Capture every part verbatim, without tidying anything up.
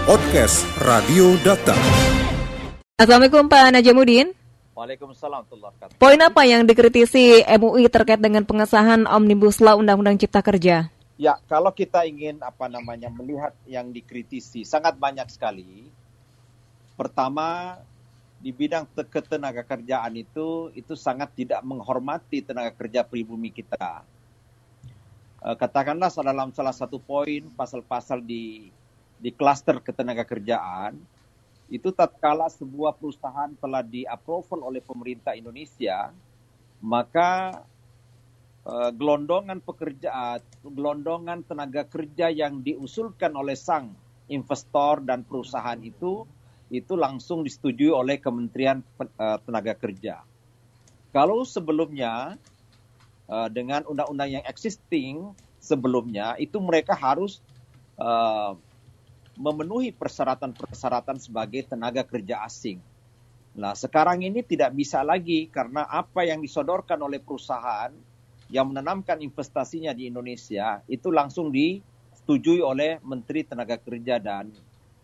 Podcast Radio Data. Assalamualaikum Pak Najamuddin. Waalaikumsalam warahmatullahi wabarakatuh. Poin apa yang dikritisi M U I terkait dengan pengesahan Omnibus Law Undang-Undang Cipta Kerja? Ya, kalau kita ingin apa namanya melihat yang dikritisi sangat banyak sekali. Pertama, di bidang te- ketenaga kerjaan itu itu sangat tidak menghormati tenaga kerja pribumi kita. E, katakanlah dalam salah satu poin pasal-pasal di di klaster ketenaga kerjaan itu tatkala sebuah perusahaan telah di-approval oleh pemerintah Indonesia, maka uh, gelondongan pekerja, gelondongan tenaga kerja yang diusulkan oleh sang investor dan perusahaan itu, itu langsung disetujui oleh Kementerian uh, Tenaga Kerja. Kalau sebelumnya, uh, dengan undang-undang yang existing sebelumnya, itu mereka harus uh, memenuhi persyaratan-persyaratan sebagai tenaga kerja asing. Nah, sekarang ini tidak bisa lagi karena apa yang disodorkan oleh perusahaan yang menanamkan investasinya di Indonesia itu langsung disetujui oleh Menteri Tenaga Kerja dan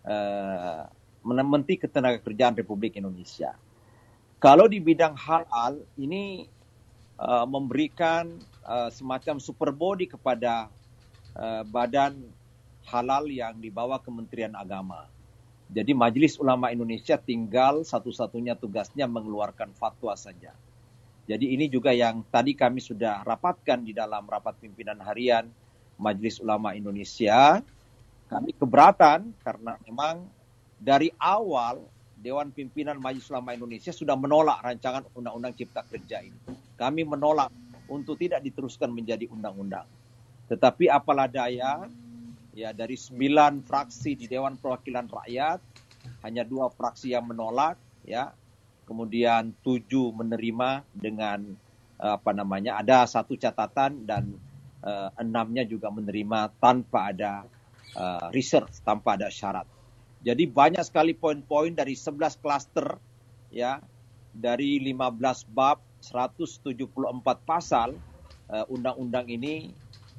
uh, Menteri Ketenagakerjaan Republik Indonesia. Kalau di bidang halal ini uh, memberikan uh, semacam super body kepada uh, badan halal yang dibawa Kementerian Agama. Jadi Majelis Ulama Indonesia tinggal satu-satunya tugasnya mengeluarkan fatwa saja. Jadi ini juga yang tadi kami sudah rapatkan di dalam rapat pimpinan harian Majelis Ulama Indonesia. Kami keberatan karena memang dari awal Dewan Pimpinan Majelis Ulama Indonesia sudah menolak rancangan Undang-Undang Cipta Kerja ini. Kami menolak untuk tidak diteruskan menjadi undang-undang. Tetapi apalah daya, ya, dari sembilan fraksi di Dewan Perwakilan Rakyat, hanya dua fraksi yang menolak, ya. Kemudian tujuh menerima dengan apa namanya, ada satu catatan dan uh, enamnya juga menerima tanpa ada uh, research, tanpa ada syarat. Jadi banyak sekali poin-poin dari sebelas klaster, ya, dari lima belas bab, seratus tujuh puluh empat pasal uh, undang-undang ini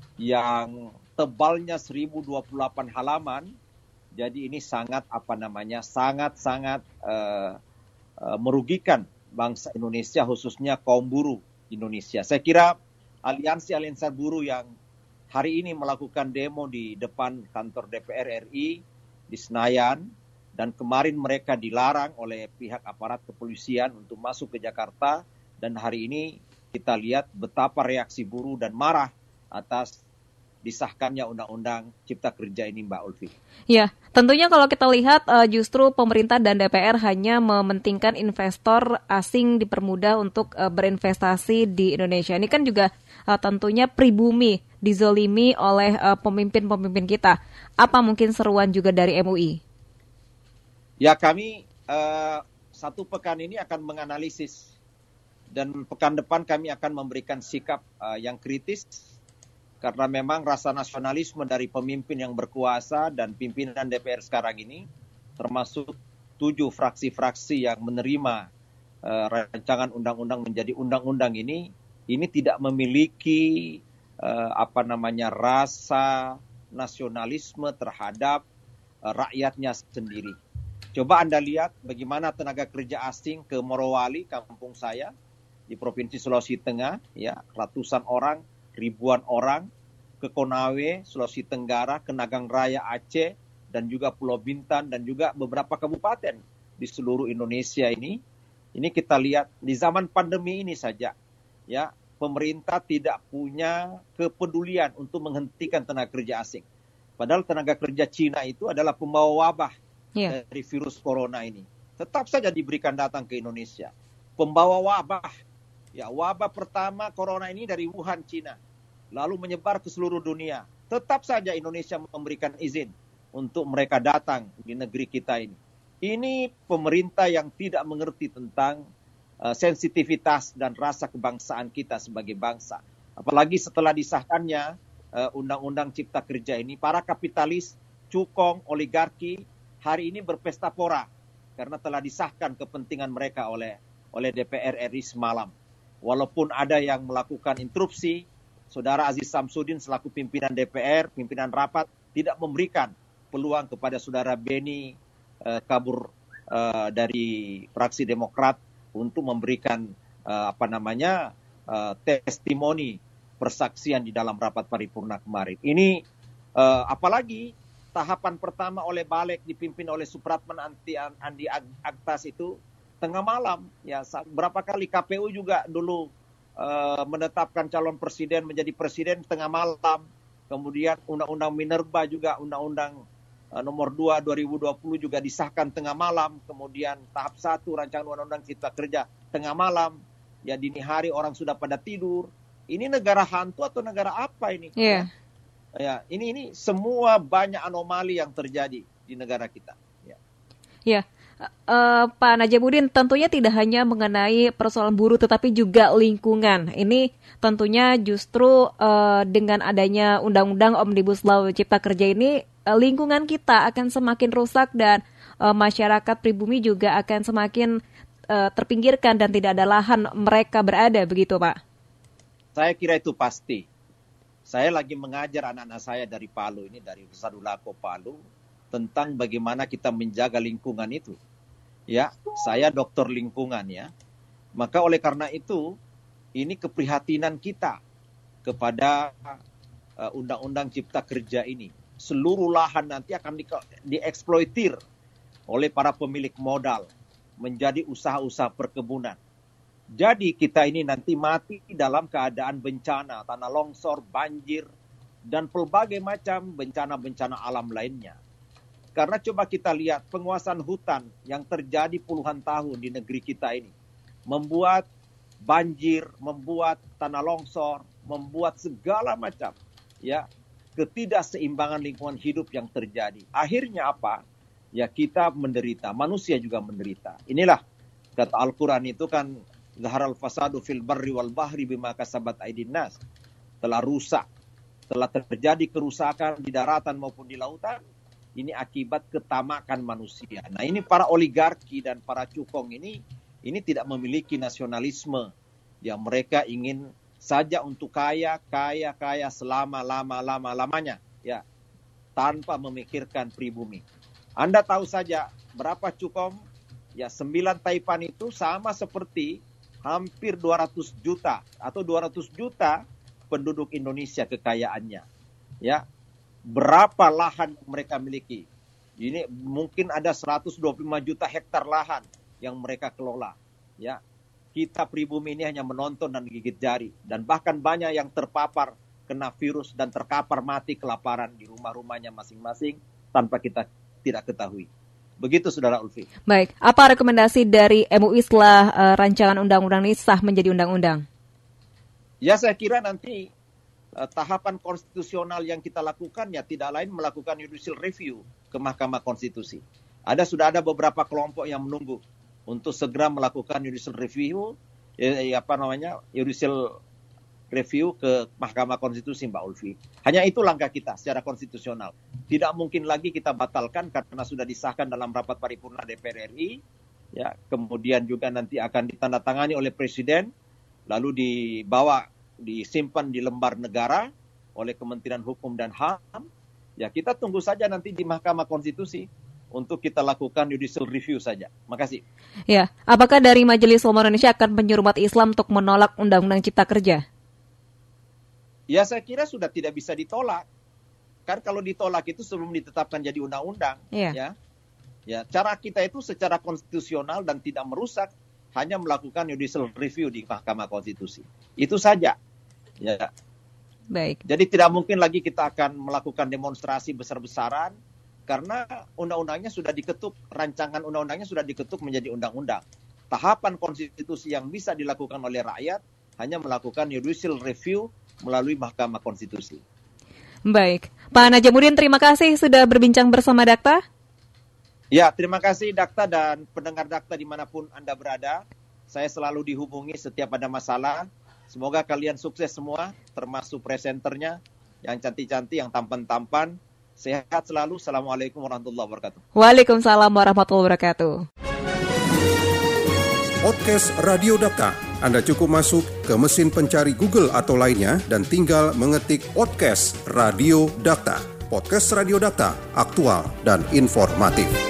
yang tebalnya seribu dua puluh delapan halaman, jadi ini sangat apa namanya sangat-sangat uh, uh, merugikan bangsa Indonesia, khususnya kaum buruh Indonesia. Saya kira aliansi-aliansi buruh yang hari ini melakukan demo di depan kantor D P R R I di Senayan, dan kemarin mereka dilarang oleh pihak aparat kepolisian untuk masuk ke Jakarta, dan hari ini kita lihat betapa reaksi buruh dan marah atas disahkannya Undang-Undang Cipta Kerja ini, Mbak Ulfi. Ya, tentunya kalau kita lihat uh, justru pemerintah dan D P R hanya mementingkan investor asing dipermudah untuk uh, berinvestasi di Indonesia. Ini kan juga uh, tentunya pribumi dizolimi oleh uh, pemimpin-pemimpin kita. Apa mungkin seruan juga dari M U I? Ya, kami uh, satu pekan ini akan menganalisis, dan pekan depan kami akan memberikan sikap uh, yang kritis. Karena memang rasa nasionalisme dari pemimpin yang berkuasa dan pimpinan D P R sekarang ini, termasuk tujuh fraksi-fraksi yang menerima uh, rancangan undang-undang menjadi undang-undang ini, ini tidak memiliki uh, apa namanya rasa nasionalisme terhadap uh, rakyatnya sendiri. Coba Anda lihat bagaimana tenaga kerja asing ke Morowali, kampung saya di Provinsi Sulawesi Tengah, ya, ratusan orang, ribuan orang, ke Konawe, Sulawesi Tenggara, ke Nagang Raya, Aceh, dan juga Pulau Bintan, dan juga beberapa kabupaten di seluruh Indonesia ini. Ini kita lihat di zaman pandemi ini saja, ya, pemerintah tidak punya kepedulian untuk menghentikan tenaga kerja asing. Padahal tenaga kerja Cina itu adalah pembawa wabah yeah. dari virus corona ini. Tetap saja diberikan datang ke Indonesia. Pembawa wabah. Ya, wabah pertama corona ini dari Wuhan, Cina, lalu menyebar ke seluruh dunia. Tetap saja Indonesia memberikan izin untuk mereka datang di negeri kita ini. Ini pemerintah yang tidak mengerti tentang uh, sensitivitas dan rasa kebangsaan kita sebagai bangsa. Apalagi setelah disahkannya uh, Undang-Undang Cipta Kerja ini, para kapitalis, cukong, oligarki hari ini berpesta pora karena telah disahkan kepentingan mereka oleh oleh D P R R I semalam. Walaupun ada yang melakukan interupsi, Saudara Aziz Samsudin selaku pimpinan D P R, pimpinan rapat, tidak memberikan peluang kepada saudara Beni uh, kabur uh, dari fraksi Demokrat untuk memberikan uh, apa namanya uh, testimoni persaksian di dalam rapat paripurna kemarin. Ini uh, apalagi tahapan pertama oleh Balik dipimpin oleh Supratman Andi, Andi Aktas itu tengah malam. Ya, berapa kali K P U juga dulu uh, menetapkan calon presiden menjadi presiden tengah malam. Kemudian Undang-Undang Minerba juga, Undang-Undang uh, nomor dua dua ribu dua puluh juga disahkan tengah malam. Kemudian tahap satu rancangan Undang-Undang Cipta Kerja tengah malam. Ya, dini hari orang sudah pada tidur. Ini negara hantu atau negara apa ini? Iya. Yeah. Ya, ini ini semua banyak anomali yang terjadi di negara kita. Ya. Ya. Uh, Pak Najamuddin, tentunya tidak hanya mengenai persoalan buruh tetapi juga lingkungan. Ini tentunya justru uh, dengan adanya Undang-Undang Omnibus Law Cipta Kerja ini uh, lingkungan kita akan semakin rusak dan uh, masyarakat pribumi juga akan semakin uh, terpinggirkan dan tidak ada lahan mereka berada, begitu Pak? Saya kira itu pasti. Saya lagi mengajar anak-anak saya dari Palu ini, dari Sadulako Palu, tentang bagaimana kita menjaga lingkungan itu. Ya, saya dokter lingkungan ya. Maka oleh karena itu, ini keprihatinan kita kepada uh, Undang-Undang Cipta Kerja ini. Seluruh lahan nanti akan di, dieksploitir oleh para pemilik modal menjadi usaha-usaha perkebunan. Jadi kita ini nanti mati dalam keadaan bencana, tanah longsor, banjir, dan pelbagai macam bencana-bencana alam lainnya. Karena coba kita lihat penguasaan hutan yang terjadi puluhan tahun di negeri kita ini. Membuat banjir, membuat tanah longsor, membuat segala macam ya ketidakseimbangan lingkungan hidup yang terjadi. Akhirnya apa? Ya kita menderita, manusia juga menderita. Inilah kata Al-Quran itu kan, Zaharal fasadu fil barri wal bahri bima kasabat aydin nas. Telah rusak, telah terjadi kerusakan di daratan maupun di lautan. Ini akibat ketamakan manusia. Nah ini para oligarki dan para cukong ini, ini tidak memiliki nasionalisme. Yang mereka ingin saja untuk kaya, kaya, kaya selama-lama-lama-lamanya. Ya, tanpa memikirkan pribumi. Anda tahu saja berapa cukong? Ya, sembilan taipan itu sama seperti hampir dua ratus juta atau dua ratus juta penduduk Indonesia kekayaannya. Ya, berapa lahan mereka miliki? Ini mungkin ada seratus dua puluh lima juta hektar lahan yang mereka kelola. Ya, kita pribumi ini hanya menonton dan gigit jari, dan bahkan banyak yang terpapar kena virus dan terkapar mati kelaparan di rumah-rumahnya masing-masing tanpa kita tidak ketahui. Begitu Saudara Ulfi. Baik, apa rekomendasi dari M U I setelah uh, rancangan undang-undang ini sah menjadi undang-undang? Ya, saya kira nanti uh, tahapan konstitusional yang kita lakukan ya tidak lain melakukan judicial review ke Mahkamah Konstitusi. Ada sudah ada beberapa kelompok yang menunggu untuk segera melakukan judicial review, eh, apa namanya, judicial review ke Mahkamah Konstitusi, Mbak Ulfi. Hanya itu langkah kita secara konstitusional. Tidak mungkin lagi kita batalkan karena sudah disahkan dalam rapat paripurna D P R R I. Ya, kemudian juga nanti akan ditandatangani oleh Presiden, lalu dibawa, disimpan di lembar negara oleh Kementerian Hukum dan H A M. Ya, kita tunggu saja nanti di Mahkamah Konstitusi untuk kita lakukan judicial review saja. Makasih. Ya, apakah dari Majelis Ulama Indonesia akan menyuruh umat Islam untuk menolak Undang-Undang Cipta Kerja? Ya, saya kira sudah tidak bisa ditolak. Kan kalau ditolak itu sebelum ditetapkan jadi undang-undang. Yeah. Ya. Ya, cara kita itu secara konstitusional dan tidak merusak, hanya melakukan judicial review di Mahkamah Konstitusi. Itu saja. Ya. Baik. Jadi tidak mungkin lagi kita akan melakukan demonstrasi besar-besaran karena undang-undangnya sudah diketuk, rancangan undang-undangnya sudah diketuk menjadi undang-undang. Tahapan konstitusi yang bisa dilakukan oleh rakyat hanya melakukan judicial review melalui Mahkamah Konstitusi. Baik. Pak Najamuddin, terima kasih sudah berbincang bersama Dakta. Ya, terima kasih Dakta dan pendengar Dakta dimanapun Anda berada. Saya selalu dihubungi setiap ada masalah. Semoga kalian sukses semua, termasuk presenternya yang cantik-cantik, yang tampan-tampan. Sehat selalu. Assalamualaikum warahmatullahi wabarakatuh. Waalaikumsalam warahmatullahi wabarakatuh. Podcast Radio Dakta. Anda cukup masuk ke mesin pencari Google atau lainnya dan tinggal mengetik podcast Radio Dakta. Podcast Radio Data, aktual dan informatif.